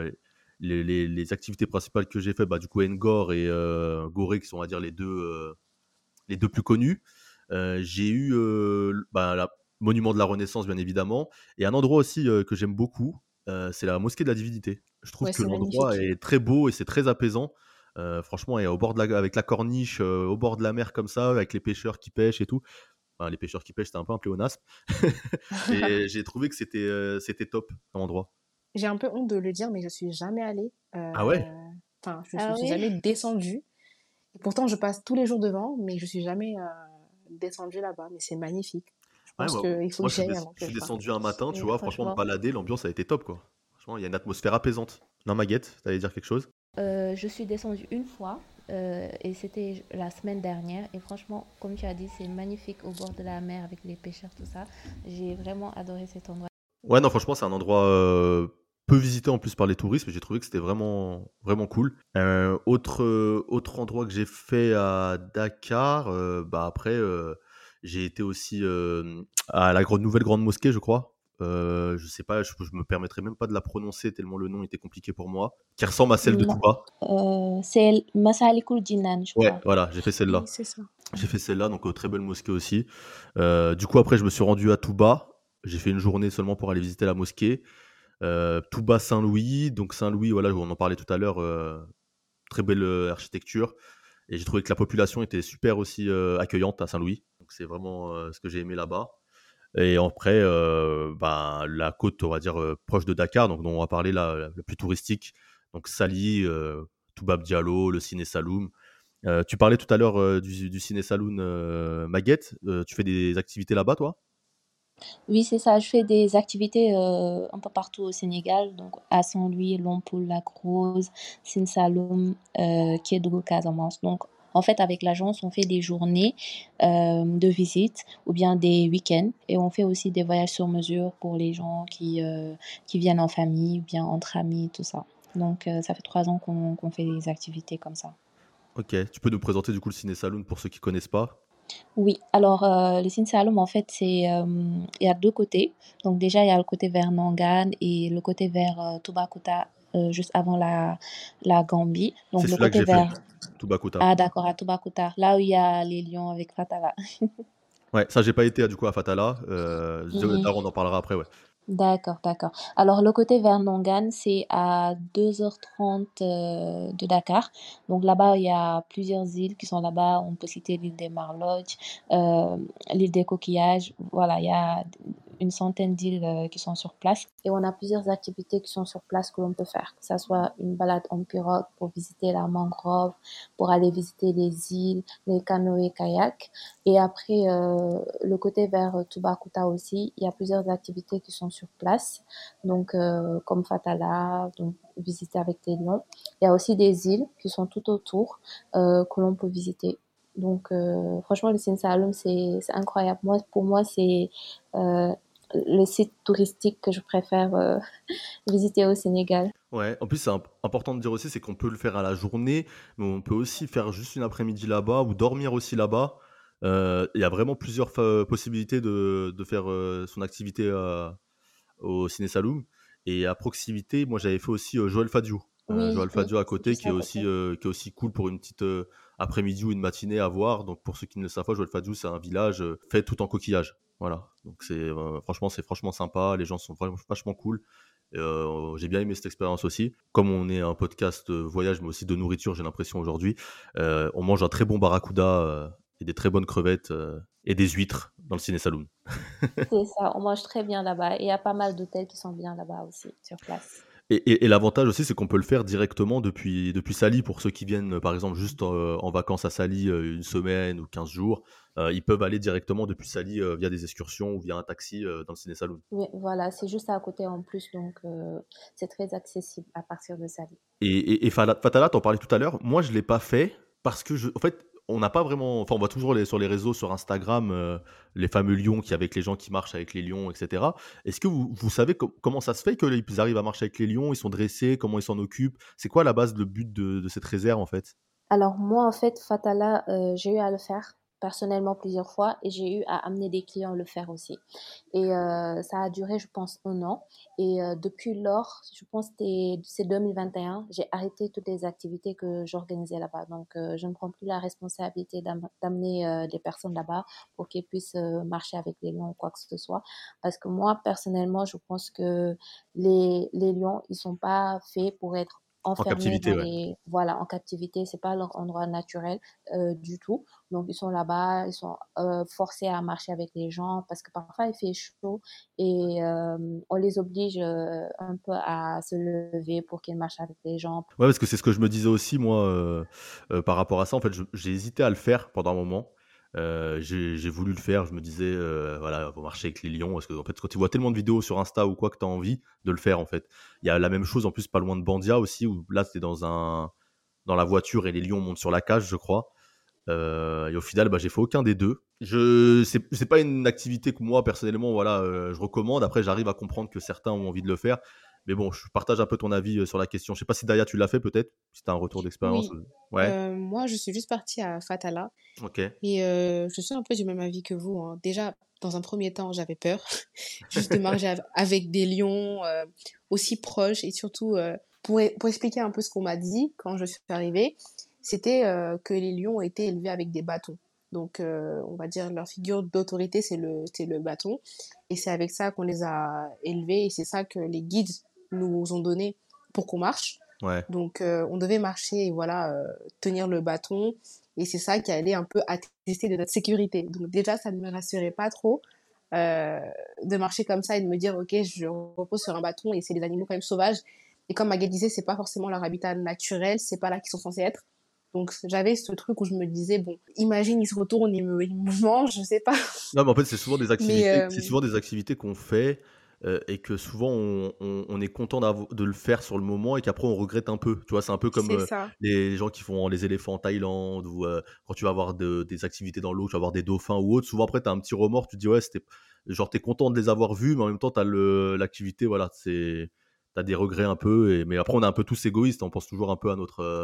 les activités principales que j'ai fait, du coup, Ngor et Gorée, qui sont, on va dire, les deux plus connus. J'ai eu le Monument de la Renaissance, bien évidemment, et un endroit aussi que j'aime beaucoup, c'est la Mosquée de la Divinité. Je trouve Ouais, que c'est l'endroit magnifique. est très beau et c'est très apaisant. Franchement, et avec la corniche, au bord de la mer comme ça, avec les pêcheurs qui pêchent et tout. Enfin, les pêcheurs qui pêchent, c'était un peu un pléonasme. Et j'ai trouvé que c'était top comme endroit. J'ai un peu honte de le dire, mais je suis jamais allée. Ah ouais? Enfin, je Ah suis oui? jamais descendue. Et pourtant, je passe tous les jours devant, mais je suis jamais descendu là-bas, mais c'est magnifique. Je Ouais, pense qu'il faut moi que j'y aille avant je que suis je parte. descendu un matin, tu Et vois, franchement, me franchement, balader, l'ambiance a été top, quoi. Franchement, il y a une atmosphère apaisante. Non, Maguette, t'allais dire quelque chose? je suis descendue une fois et c'était la semaine dernière. Et franchement, comme tu as dit, c'est magnifique au bord de la mer avec les pêcheurs, tout ça. J'ai vraiment adoré cet endroit. Ouais, non, franchement, c'est un endroit peu visité en plus par les touristes, mais j'ai trouvé que c'était vraiment, vraiment cool. Autre endroit que j'ai fait à Dakar, bah après, j'ai été aussi à la nouvelle grande mosquée, je crois. Je sais pas, je me permettrai même pas de la prononcer tellement le nom était compliqué pour moi. Qui ressemble à celle de Touba. C'est Masalikul Jinan, je Ouais, crois. voilà, j'ai fait Oui, celle-là. c'est ça. J'ai fait celle-là, donc très belle mosquée aussi. Du coup, après, je me suis rendu à Touba. J'ai fait une journée seulement pour aller visiter la mosquée. Touba Saint-Louis, donc Saint-Louis, voilà, on en parlait tout à l'heure, très belle architecture. Et j'ai trouvé que la population était super aussi accueillante à Saint-Louis. Donc c'est vraiment ce que j'ai aimé là-bas. Et après, bah, la côte, on va dire, proche de Dakar, donc dont on va parler la plus touristique. Donc Sali, Toubab Diallo, le Ciné Saloum. Tu parlais tout à l'heure du Ciné Saloon Maguette. Tu fais des activités là-bas, toi? Oui, c'est ça. Je fais des activités un peu partout au Sénégal, donc à Saint-Louis, Lompoul, Lac Rose, Sine Saloum, Kédougou, Casamance. Donc, en fait, avec l'agence, on fait des journées de visite ou bien des week-ends et on fait aussi des voyages sur mesure pour les gens qui viennent en famille ou bien entre amis, tout ça. Donc, ça fait 3 ans qu'on fait des activités comme ça. Ok, tu peux nous présenter du coup le Ciné Saloon pour ceux qui connaissent pas? Oui, alors le Sine Saloum, en fait, il y a deux côtés. Donc déjà, il y a le côté vers Nangan et le côté vers Toubacouta, juste avant la Gambie. C'est Donc le celui-là que côté j'ai fait, vers... Toubacouta. Ah d'accord, à Toubacouta, là où il y a les lions avec Fatala. Ouais, ça j'ai pas été du coup à Fatala. Mhm. D'ailleurs, on en parlera après, ouais. D'accord, d'accord. Alors, le côté vers Nangan, c'est à 2h30 de Dakar. Donc là-bas, il y a plusieurs îles qui sont là-bas. On peut citer l'île des Marlodj, euh, l'île des Coquillages. Voilà, il y a une centaine d'îles qui sont sur place. Et on a plusieurs activités qui sont sur place que l'on peut faire. Que ça soit une balade en pirogue pour visiter la mangrove, pour aller visiter les îles, les canoës-kayaks. Et après, le côté vers Toubacouta aussi, il y a plusieurs activités qui sont sur place, donc comme Fatala, donc visiter avec des lions. Il y a aussi des îles qui sont tout autour que l'on peut visiter. Donc franchement, le Sine Saloum, c'est incroyable. Moi, pour moi, c'est euh, le site touristique que je préfère visiter au Sénégal. Ouais, en plus, c'est important de dire aussi, c'est qu'on peut le faire à la journée, mais on peut aussi faire juste une après-midi là-bas ou dormir aussi là-bas. Il y a vraiment plusieurs possibilités de faire son activité au Ciné Saloum. Et à proximité, moi j'avais fait aussi Joël Fadiou. Oui, Joël oui, Fadiou à c'est côté, juste à côté. qui est aussi cool pour une petite après-midi ou une matinée à voir. Donc pour ceux qui ne le savent pas, Joël Fadiou, c'est un village fait tout en coquillage. Voilà. Donc c'est franchement sympa. Les gens sont vraiment vachement cool. J'ai bien aimé cette expérience aussi. Comme on est un podcast voyage, mais aussi de nourriture, j'ai l'impression aujourd'hui, on mange un très bon barracuda et des très bonnes crevettes et des huîtres dans le Ciné Saloum. C'est ça, on mange très bien là-bas. Et il y a pas mal d'hôtels qui sont bien là-bas aussi, sur place. Et l'avantage aussi, c'est qu'on peut le faire directement depuis Sali. Pour ceux qui viennent, par exemple, juste en vacances à Sali une semaine ou 15 jours, ils peuvent aller directement depuis Sali via des excursions ou via un taxi dans le Ciné Saloon. Oui, voilà, c'est juste à côté en plus, donc c'est très accessible à partir de Sali. Et Fatala, t'en parlais tout à l'heure. Moi, je l'ai pas fait parce que, en fait, on n'a pas vraiment. Enfin, on voit toujours sur les réseaux, sur Instagram, les fameux lions qui avec les gens qui marchent avec les lions, etc. Est-ce que vous savez comment ça se fait qu'ils arrivent à marcher avec les lions? Ils sont dressés? Comment ils s'en occupent? C'est quoi à la base le but de cette réserve en fait? Alors moi, en fait, Fatala, j'ai eu à le faire personnellement plusieurs fois et j'ai eu à amener des clients le faire aussi. Et ça a duré, je pense, 1 an. Et depuis lors, je pense que c'est 2021, j'ai arrêté toutes les activités que j'organisais là-bas. Donc, je ne prends plus la responsabilité d'amener des personnes là-bas pour qu'ils puissent marcher avec les lions ou quoi que ce soit. Parce que moi, personnellement, je pense que les lions, ils sont pas faits pour être En enfermés captivité, dans ouais. voilà, en captivité. C'est pas leur endroit naturel du tout. Donc, ils sont là-bas, ils sont forcés à marcher avec les gens parce que parfois il fait chaud et on les oblige un peu à se lever pour qu'ils marchent avec les gens. Ouais, parce que c'est ce que je me disais aussi, moi, par rapport à ça. En fait, j'ai hésité à le faire pendant un moment. J'ai voulu le faire, je me disais, voilà, faut marcher avec les lions parce qu'en fait, quand tu vois tellement de vidéos sur Insta ou quoi que tu as envie de le faire, en fait. Il y a la même chose en plus pas loin de Bandia aussi où là, tu dans la voiture et les lions montent sur la cage, je crois. Et au final, bah, j'ai fait aucun des 2. C'est pas une activité que moi personnellement, voilà, je recommande. Après, j'arrive à comprendre que certains ont envie de le faire. Mais bon, je partage un peu ton avis, sur la question. Je sais pas si Daya, tu l'as fait peut-être? Si tu as un retour d'expérience, Oui, ouais? moi je suis juste partie à Fatala OK. et je suis un peu du même avis que vous, hein. Déjà, dans un premier temps, j'avais peur, juste de marcher avec des lions aussi proches et surtout, pour expliquer un peu ce qu'on m'a dit quand je suis arrivée, c'était que les lions étaient élevés avec des bâtons. Donc, on va dire leur figure d'autorité, c'est le bâton. Et c'est avec ça qu'on les a élevés et c'est ça que les guides nous ont donné pour qu'on marche. Ouais. Donc, on devait marcher et voilà, tenir le bâton. Et c'est ça qui allait un peu attester de notre sécurité. Donc, déjà, ça ne me rassurait pas trop euh, de marcher comme ça et de me dire, ok, je repose sur un bâton et c'est des animaux quand même sauvages. Et comme Maguette disait, c'est pas forcément leur habitat naturel, c'est pas là qu'ils sont censés être. Donc, j'avais ce truc où je me disais, bon, imagine, ils se retournent, ils me mangent, je sais pas. Non, mais en fait, Mais, c'est souvent des activités qu'on fait, et que souvent on est content de le faire sur le moment et qu'après on regrette un peu. Tu vois? C'est un peu comme, c'est ça, les gens qui font les éléphants en Thaïlande ou, quand tu vas avoir des activités dans l'eau, tu vas avoir des dauphins ou autre. Souvent après tu as un petit remords, tu te dis: «Ouais, c'était» genre tu es content de les avoir vus, mais en même temps tu as l'activité, voilà, tu as des regrets un peu mais après on est un peu tous égoïstes, on pense toujours un peu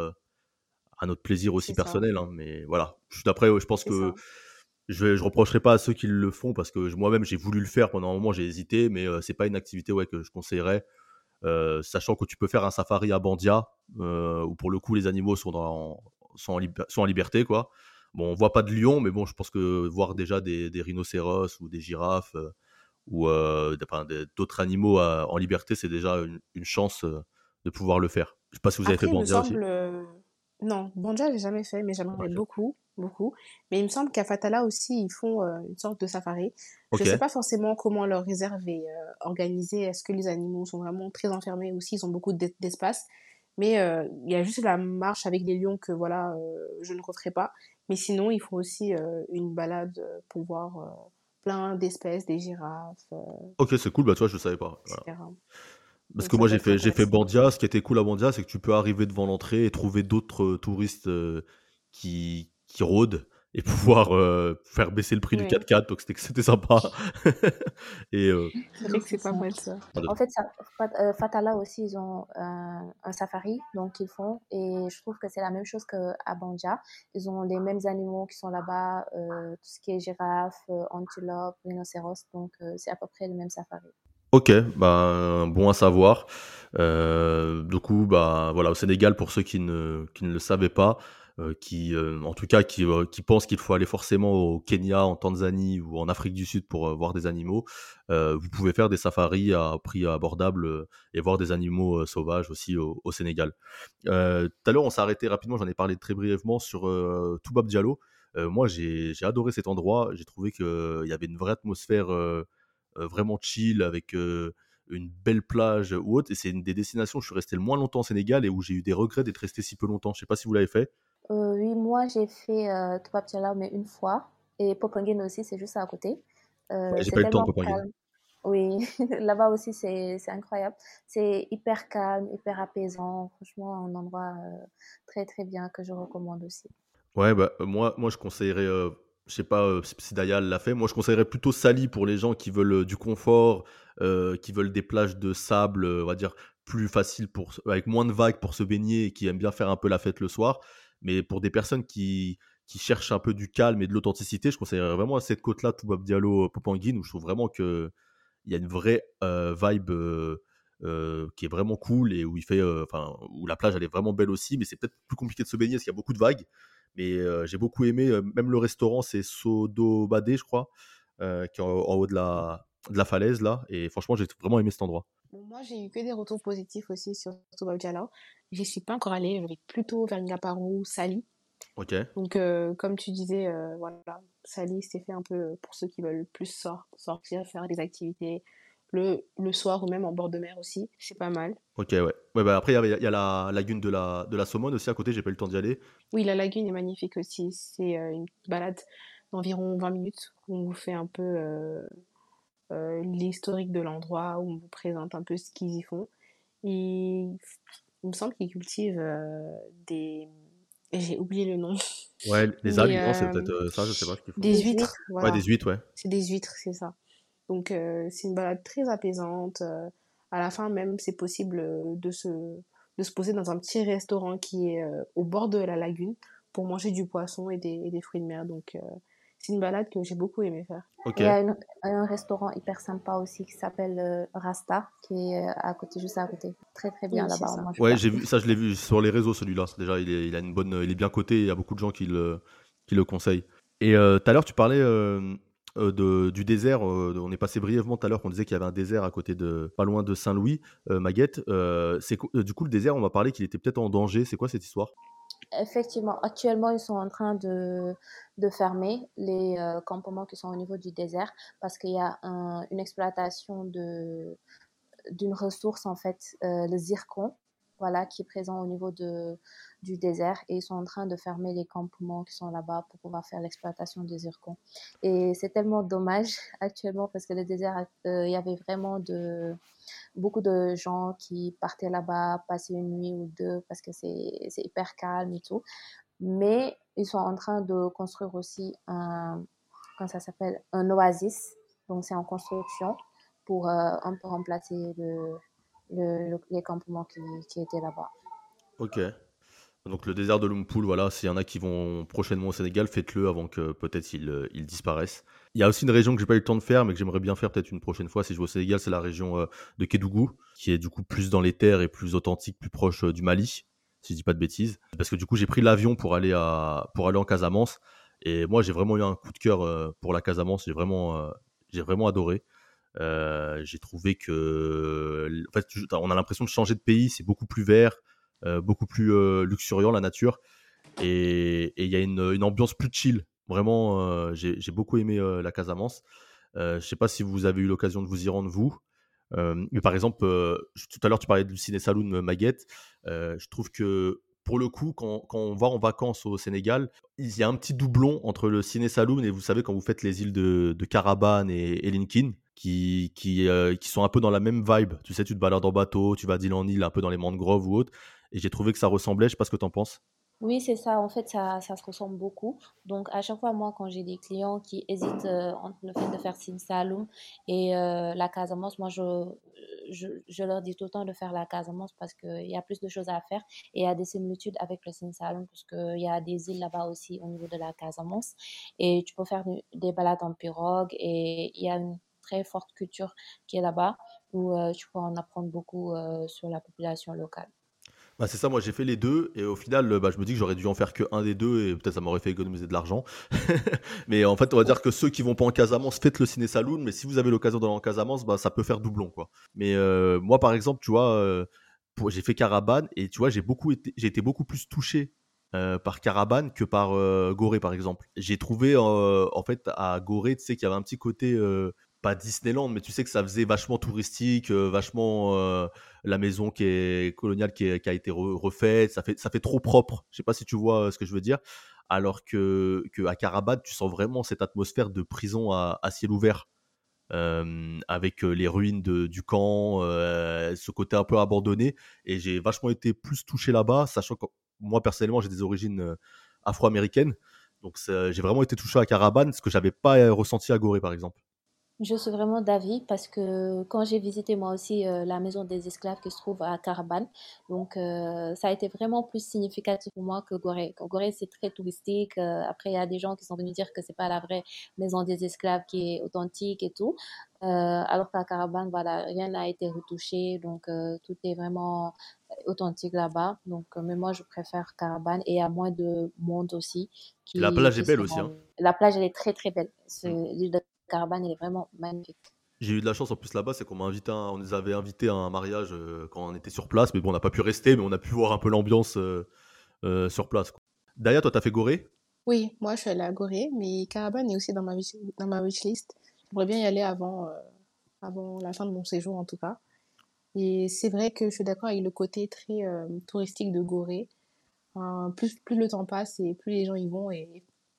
à notre plaisir aussi c'est ça, personnel, hein, mais voilà. Après, ouais, je pense c'est que ça. je reprocherai pas à ceux qui le font parce que moi-même j'ai voulu le faire pendant un moment, j'ai hésité, mais c'est pas une activité, ouais, que je conseillerais, sachant que tu peux faire un safari à Bandia, où pour le coup les animaux sont en liberté, quoi. Bon, on voit pas de lions, mais bon, je pense que voir déjà des rhinocéros ou des girafes, ou d'autres animaux en liberté, c'est déjà une chance, de pouvoir le faire. Je sais pas si vous avez fait Après, il me Bandia aussi? semble... Non, Banja, j'ai jamais fait, mais j'aimerais OK. beaucoup, beaucoup. Mais il me semble qu'à Fatala aussi, ils font une sorte de safari. Je sais OK. pas forcément comment leur réserve est organisée. Est-ce que les animaux sont vraiment très enfermés ou s'ils ont beaucoup d'espace? Mais il y a juste la marche avec les lions que voilà, je ne referai pas. Mais sinon, ils font aussi une balade pour voir plein d'espèces, des girafes, OK, c'est cool, bah, tu vois, je savais pas, voilà. etc. Parce Donc que ça moi peut être j'ai fait intéressant. Bandia. Ce qui était cool à Bandia, c'est que tu peux arriver devant l'entrée et trouver d'autres, touristes, qui rôdent et pouvoir, faire baisser le prix du Oui, 4x4, donc c'était sympa. Et c'est vrai Oui, que c'est c'est pas ça. mal ça. En fait, Fatala aussi, ils ont un safari, donc ils font, et je trouve que c'est la même chose qu'à Banja. Ils ont les mêmes animaux qui sont là-bas, tout ce qui est girafe, antilope, rhinocéros, donc c'est à peu près le même safari. OK, bah, bon à savoir. Du coup, bah, voilà, au Sénégal, pour ceux qui ne le savaient pas, en tout cas, qui pensent qu'il faut aller forcément au Kenya, en Tanzanie ou en Afrique du Sud pour, voir des animaux, vous pouvez faire des safaris à prix abordable, et voir des animaux, sauvages aussi au Sénégal. Tout à l'heure, on s'est arrêté rapidement, j'en ai parlé très brièvement sur, Toubab Diallo. Moi, j'ai adoré cet endroit. J'ai trouvé qu'il y avait une vraie atmosphère, vraiment chill avec, une belle plage ou autre et c'est une des destinations où je suis resté le moins longtemps au Sénégal et où j'ai eu des regrets d'être resté si peu longtemps. Je sais pas si vous l'avez fait? Oui, moi j'ai fait Tupac Chalaw, mais une fois, et Popengine aussi, c'est juste à côté. Ouais, j'ai C'est pas eu le temps tellement pour Penguin. calme. Oui, là-bas aussi c'est incroyable. C'est hyper calme, hyper apaisant. Franchement, un endroit très très bien que je recommande aussi. Ouais, bah, moi je conseillerais, je sais pas, si Daya l'a fait. Moi, je conseillerais plutôt Sali pour les gens qui veulent, du confort, qui veulent des plages de sable, on va dire plus faciles avec moins de vagues pour se baigner et qui aiment bien faire un peu la fête le soir. Mais pour des personnes qui cherchent un peu du calme et de l'authenticité, je conseillerais vraiment cette côte-là, Toubab Diallo, Popenguine, où je trouve vraiment qu'il y a une vraie, vibe, qui est vraiment cool et où où la plage elle est vraiment belle aussi, mais c'est peut-être plus compliqué de se baigner parce qu'il y a beaucoup de vagues. Mais j'ai beaucoup aimé, même le restaurant, c'est Sodo Badé, je crois, qui est en haut de la falaise là. Et franchement, j'ai vraiment aimé cet endroit. Bon, moi, j'ai eu que des retours positifs aussi sur Toubab Diallo. J'y suis pas encore allée, je vais plutôt vers Ngaparou, Sali. Ok. Donc, comme tu disais, voilà, Sali, c'est fait un peu pour ceux qui veulent plus sortir, faire des activités le soir ou même en bord de mer aussi. C'est pas mal. Ok, ouais. Ouais, bah après, il y a la lagune de la Saumone aussi à côté, j'ai pas eu le temps d'y aller. Oui, la lagune est magnifique aussi. C'est une balade. d'environ 20 minutes où on vous fait un peu l'historique de l'endroit, où on vous présente un peu ce qu'ils y font. Et il me semble qu'ils cultivent des... J'ai oublié le nom. Ouais, les Mais algues, non, c'est peut-être ça, je sais pas ce qu'ils font. des Les huîtres, huîtres. Ouais, voilà. des huîtres, ouais. C'est des huîtres, c'est ça. Donc c'est une balade très apaisante. À la fin même, c'est possible de se poser dans un petit restaurant qui est au bord de la lagune pour manger du poisson et des fruits de mer. Donc c'est une balade que j'ai beaucoup aimé faire. Ok. Il y a un restaurant hyper sympa aussi qui s'appelle Rasta, qui est à côté, juste à côté. Très très bien Oui, c'est là-bas, on ça. mange Ouais, bien. j'ai vu ça, je l'ai vu sur les réseaux celui-là. Déjà, il a une bonne, il est bien coté. Il y a beaucoup de gens qui le conseillent. Et tout à l'heure, tu parlais du désert. On est passé brièvement tout à l'heure qu'on disait qu'il y avait un désert à côté de, pas loin de Saint-Louis, Maguette. Du coup, le désert, on m'a parlé qu'il était peut-être en danger. C'est quoi cette histoire? Effectivement, actuellement, ils sont en train de fermer les campements qui sont au niveau du désert parce qu'il y a une exploitation d'une ressource, en fait, le zircon, voilà, qui est présent au niveau du désert. Et ils sont en train de fermer les campements qui sont là-bas pour pouvoir faire l'exploitation du zircon. Et c'est tellement dommage actuellement parce que le désert, il y avait vraiment beaucoup de gens qui partaient là-bas, passer une nuit ou deux parce que c'est hyper calme et tout. Mais ils sont en train de construire aussi comment ça s'appelle, un oasis. Donc c'est en construction pour un peu remplacer les campements qui étaient là-bas. Ok. Donc le désert de l'Umpoul, voilà, s'il y en a qui vont prochainement au Sénégal, faites-le avant que peut-être ils disparaissent. Il y a aussi une région que j'ai pas eu le temps de faire, mais que j'aimerais bien faire peut-être une prochaine fois si je vais au Sénégal, c'est la région de Kédougou, qui est du coup plus dans les terres et plus authentique, plus proche du Mali, si je dis pas de bêtises. Parce que du coup j'ai pris l'avion pour aller en Casamance, et moi j'ai vraiment eu un coup de cœur pour la Casamance, j'ai vraiment adoré. J'ai trouvé que, en fait, on a l'impression de changer de pays, c'est beaucoup plus vert, beaucoup plus luxuriant la nature, et il y a une ambiance plus chill. Vraiment, j'ai beaucoup aimé la Casamance. Je sais pas si vous avez eu l'occasion de vous y rendre vous. Mais par exemple, tout à l'heure tu parlais du Ciné Saloon Maguette. Je trouve que pour le coup, quand on va en vacances au Sénégal, il y a un petit doublon entre le Ciné Saloon et vous savez quand vous faites les îles de Carabane et Linkin, qui sont un peu dans la même vibe. Tu sais, tu te balades en bateau, tu vas d'île en île, un peu dans les mangroves ou autre. Et j'ai trouvé que ça ressemblait. Je sais pas ce que t'en penses. Oui, c'est ça. En fait, ça se ressemble beaucoup. Donc, à chaque fois, moi, quand j'ai des clients qui hésitent entre le fait de faire Saloum et la Casamance, moi, je leur dis tout le temps de faire la Casamance parce qu'il y a plus de choses à faire et il y a des similitudes avec le Saloum parce qu'il y a des îles là-bas aussi au niveau de la Casamance. Et tu peux faire des balades en pirogue et il y a une très forte culture qui est là-bas où tu peux en apprendre beaucoup sur la population locale. Bah, c'est ça, moi j'ai fait les deux et au final, bah, je me dis que j'aurais dû en faire que un des deux et peut-être ça m'aurait fait économiser de l'argent. Mais en fait, on va dire que ceux qui vont pas en Casamance, faites le Ciné Saloon, mais si vous avez l'occasion d'aller en Casamance, bah, ça peut faire doublon, quoi. Mais moi, par exemple, tu vois, j'ai fait Carabane et tu vois, j'ai été beaucoup plus touché par Carabane que par Gorée, par exemple. J'ai trouvé, en fait, à Gorée, tu sais, qu'il y avait un petit côté, pas Disneyland, mais tu sais que ça faisait vachement touristique, vachement la maison qui est coloniale qui a été refaite, ça fait trop propre. Je sais pas si tu vois ce que je veux dire. Alors que à Carabade, tu sens vraiment cette atmosphère de prison à ciel ouvert, avec les ruines du camp, ce côté un peu abandonné. Et j'ai vachement été plus touché là-bas, sachant que moi personnellement j'ai des origines afro-américaines. Donc j'ai vraiment été touché à Carabane, ce que j'avais pas ressenti à Gorée par exemple. Je suis vraiment d'avis parce que quand j'ai visité moi aussi la maison des esclaves qui se trouve à Carabane, donc ça a été vraiment plus significatif pour moi que Gorée. Gorée, c'est très touristique. Après, il y a des gens qui sont venus dire que c'est pas la vraie maison des esclaves qui est authentique et tout. Alors qu'à Carabane, voilà, rien n'a été retouché, donc tout est vraiment authentique là-bas. Donc, mais moi, je préfère Carabane et il y a moins de monde aussi Et la plage est qui belle sont. aussi, hein. La plage, elle est très très belle. Mm. L'île de Caravane, il est vraiment magnifique. J'ai eu de la chance en plus là-bas, c'est qu'on on nous avait invité à un mariage quand on était sur place, mais bon, on n'a pas pu rester, mais on a pu voir un peu l'ambiance sur place, quoi. Daya, toi, t'as fait Gorée? Oui, moi je suis allée à Gorée, mais Carabane est aussi dans ma wishlist. J'aimerais bien y aller avant la fin de mon séjour en tout cas. Et c'est vrai que je suis d'accord avec le côté très touristique de Gorée. Plus le temps passe et plus les gens y vont. Et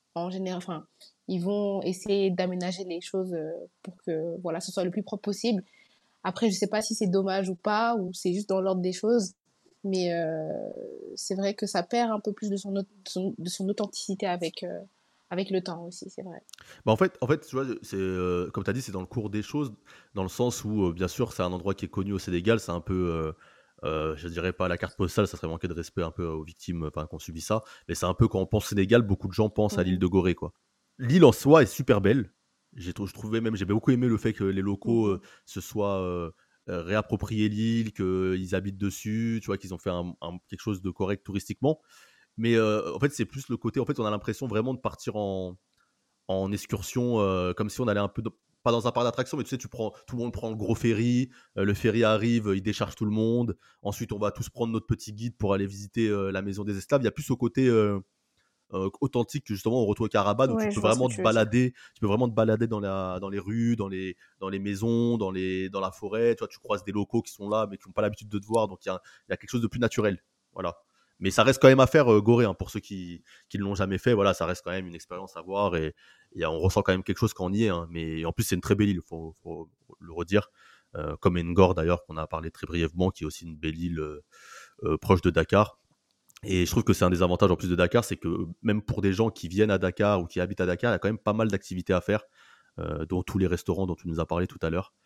en général, enfin, ils vont essayer d'aménager les choses pour que voilà, ce soit le plus propre possible. Après, je sais pas si c'est dommage ou pas, ou c'est juste dans l'ordre des choses, mais c'est vrai que ça perd un peu plus de de son authenticité avec le temps aussi, c'est vrai. Bah, en fait, tu vois, c'est, comme tu as dit, c'est dans le cours des choses, dans le sens où, bien sûr, c'est un endroit qui est connu au Sénégal, c'est un peu, je dirais pas la carte postale, ça serait manquer de respect un peu aux victimes, enfin, qui ont subi ça, mais c'est un peu quand on pense Sénégal, beaucoup de gens pensent à l'île Mhm, de Gorée, quoi. L'île en soi est super belle. Je trouvais même j'ai beaucoup aimé le fait que les locaux, mhm. se soient, réappropriés l'île, qu'ils habitent dessus, tu vois? Qu'ils ont fait quelque chose de correct touristiquement. Mais, en fait, c'est plus le côté en fait, on a l'impression vraiment de partir en excursion, comme si on allait un peu pas dans un parc d'attractions, mais tu sais, tout le monde prend le gros ferry, le ferry arrive, il décharge tout le monde. Ensuite, on va tous prendre notre petit guide pour aller visiter la maison des esclaves. Il y a plus au côté authentique que justement on retrouve au Carabane où Ouais, je vois ce que tu veux dire. tu peux vraiment te balader dans les rues, dans les maisons, dans la forêt. Tu vois, tu croises des locaux qui sont là mais qui n'ont pas l'habitude de te voir, donc il y a quelque chose de plus naturel. Voilà. Mais ça reste quand même à faire, Gorée, hein, pour ceux qui ne l'ont jamais fait. Voilà, ça reste quand même une expérience à voir et on ressent quand même quelque chose quand on y est. Hein. Mais en plus, c'est une très belle île, faut le redire. Comme Ngor d'ailleurs, qu'on a parlé très brièvement, qui est aussi une belle île proche de Dakar. Et je trouve que c'est un des avantages en plus de Dakar, c'est que même pour des gens qui viennent à Dakar ou qui habitent à Dakar, il y a quand même pas mal d'activités à faire, dont tous les restaurants dont tu nous as parlé tout à l'heure.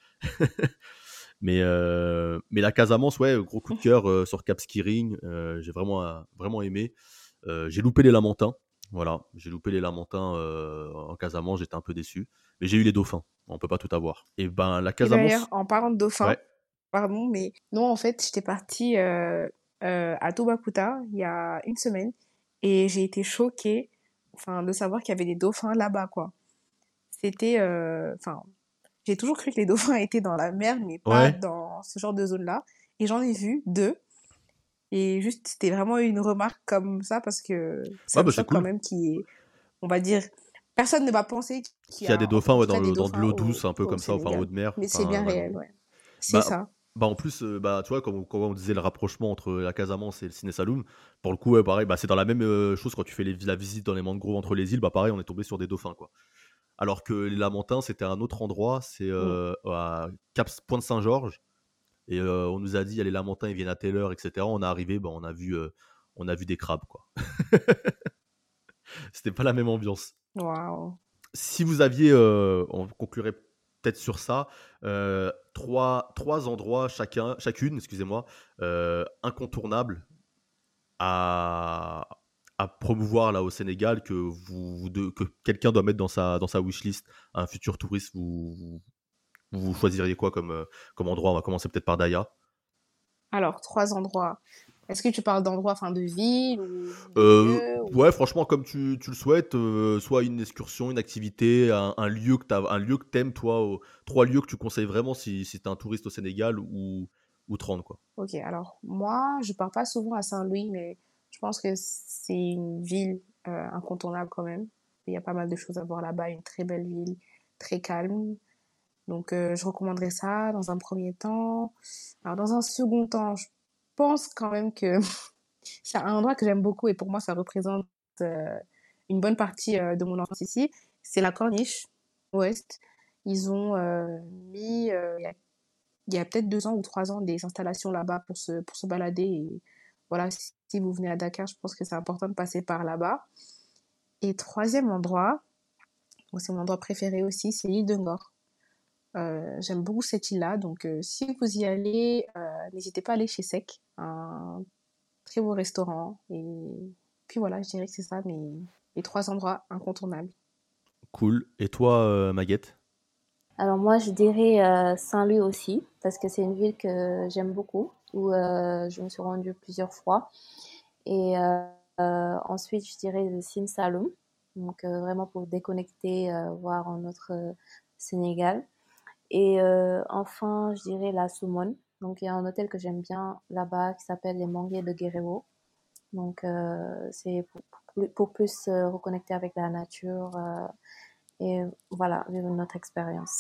Mais la Casamance, ouais, gros coup de cœur sur Cap Skiring, j'ai vraiment aimé. J'ai loupé les Lamentins, voilà, j'ai loupé les Lamentins en Casamance, j'étais un peu déçu. Mais j'ai eu les dauphins, on peut pas tout avoir. Et ben la Et d'ailleurs, Casamance, en parlant de ouais, dauphin, pardon, mais non, en fait, j'étais partie à Tobacuta il y a une semaine et j'ai été choquée, enfin, de savoir qu'il y avait des dauphins là-bas, quoi. C'était, enfin, j'ai toujours cru que les dauphins étaient dans la mer, mais pas ouais, dans ce genre de zone-là. Et j'en ai vu deux. Et juste, c'était vraiment une remarque comme ça parce que ça ouais, me bah c'est choque quand cool. même on va dire, personne ne va penser qu'il y Qu'il y a a des dauphins en ouais, tout cas des dans de dauphins l'eau douce, un peu au comme ça, enfin en Sénégal. haute mer, Mais c'est bien enfin réel, ouais. C'est Bah, ça. en plus, bah, tu vois, quand on disait le rapprochement entre la Casamance et le Ciné Saloum, pour le coup, ouais, pareil, bah, c'est dans la même chose quand tu fais la visite dans les mangroves entre les îles, bah, pareil, on est tombé sur des dauphins, quoi. Alors que les Lamentins, c'était un autre endroit, c'est Mm. à Pointe-Saint-Georges, et on nous a dit, il y a les Lamentins, ils viennent à telle heure, etc. On est arrivé, bah, on a vu des crabes, quoi. C'était pas la même ambiance. Waouh. Si vous aviez, on conclurait peut-être sur ça, trois endroits chacune, excusez-moi, incontournables à, à promouvoir là au Sénégal que quelqu'un doit mettre dans sa wishlist, un futur touriste, vous choisiriez quoi comme endroit? On va commencer peut-être par Daya. Alors, trois endroits. Est-ce que tu parles d'endroits, enfin, de ville ou de lieux ou... Ouais, franchement, comme tu le souhaites, soit une excursion, une activité, un lieu que t'aimes, toi, trois lieux que tu conseilles vraiment si t'es un touriste au Sénégal ou te rendre, quoi. Ok, alors moi, je pars pas souvent à Saint-Louis, mais je pense que c'est une ville incontournable quand même. Il y a pas mal de choses à voir là-bas, une très belle ville, très calme. Donc, je recommanderais ça dans un premier temps. Alors, dans un second temps, je pense quand même que c'est un endroit que j'aime beaucoup et pour moi, ça représente euh, une bonne partie de mon enfance ici. C'est la Corniche Ouest. Ils ont mis, il y a peut-être 2 ans ou 3 ans, des installations là-bas pour se balader. Et voilà, si vous venez à Dakar, je pense que c'est important de passer par là-bas. Et troisième endroit, bon, c'est mon endroit préféré aussi, c'est l'île de Ngor. J'aime beaucoup cette île-là, donc si vous y allez, n'hésitez pas à aller chez Sec, un très beau restaurant. Et puis voilà, je dirais que c'est ça mes trois endroits incontournables. Cool. Et toi, Maguette? Alors moi, je dirais Saint-Louis aussi, parce que c'est une ville que j'aime beaucoup, où je me suis rendue plusieurs fois. Et ensuite, je dirais le Sine Saloum, donc vraiment pour déconnecter, voir un autre Sénégal. Et enfin, je dirais la Soumone. Donc il y a un hôtel que j'aime bien là-bas qui s'appelle les Manguiers de Guéréo. Donc c'est pour plus reconnecter avec la nature et voilà, vivre notre expérience.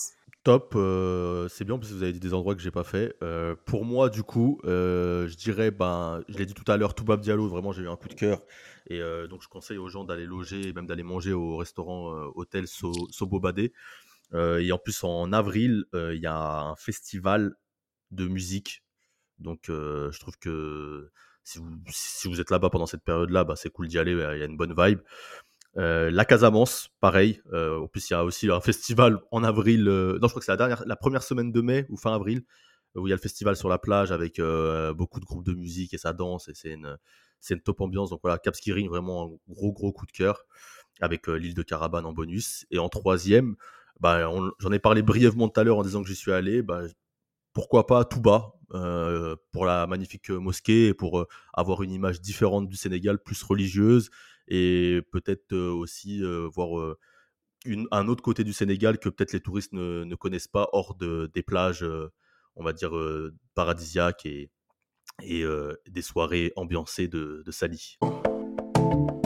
Top, c'est bien parce que vous avez dit des endroits que j'ai pas fait. Pour moi, du coup, je dirais, ben, je l'ai dit tout à l'heure, Toubab Diallo, vraiment, j'ai eu un coup de cœur et donc je conseille aux gens d'aller loger et même d'aller manger au restaurant, hôtel Sobobadé. Et en plus, en avril, il y a un festival de musique. Donc, je trouve que si vous êtes là-bas pendant cette période-là, bah, c'est cool d'y aller, il y a une bonne vibe. La Casamance, pareil. En plus, il y a aussi un festival en avril. Non, je crois que c'est la première semaine de mai ou fin avril, où il y a le festival sur la plage avec beaucoup de groupes de musique et ça danse et c'est une top ambiance. Donc voilà, Cap Skiring, vraiment un gros gros coup de cœur avec l'île de Caravane en bonus. Et en troisième, bah, j'en ai parlé brièvement tout à l'heure en disant que j'y suis allé. Bah, pourquoi pas Touba, pour la magnifique mosquée et pour avoir une image différente du Sénégal, plus religieuse et peut-être aussi voir un autre côté du Sénégal que peut-être les touristes ne connaissent pas hors des plages, on va dire, paradisiaques et des soirées ambiancées de Sali.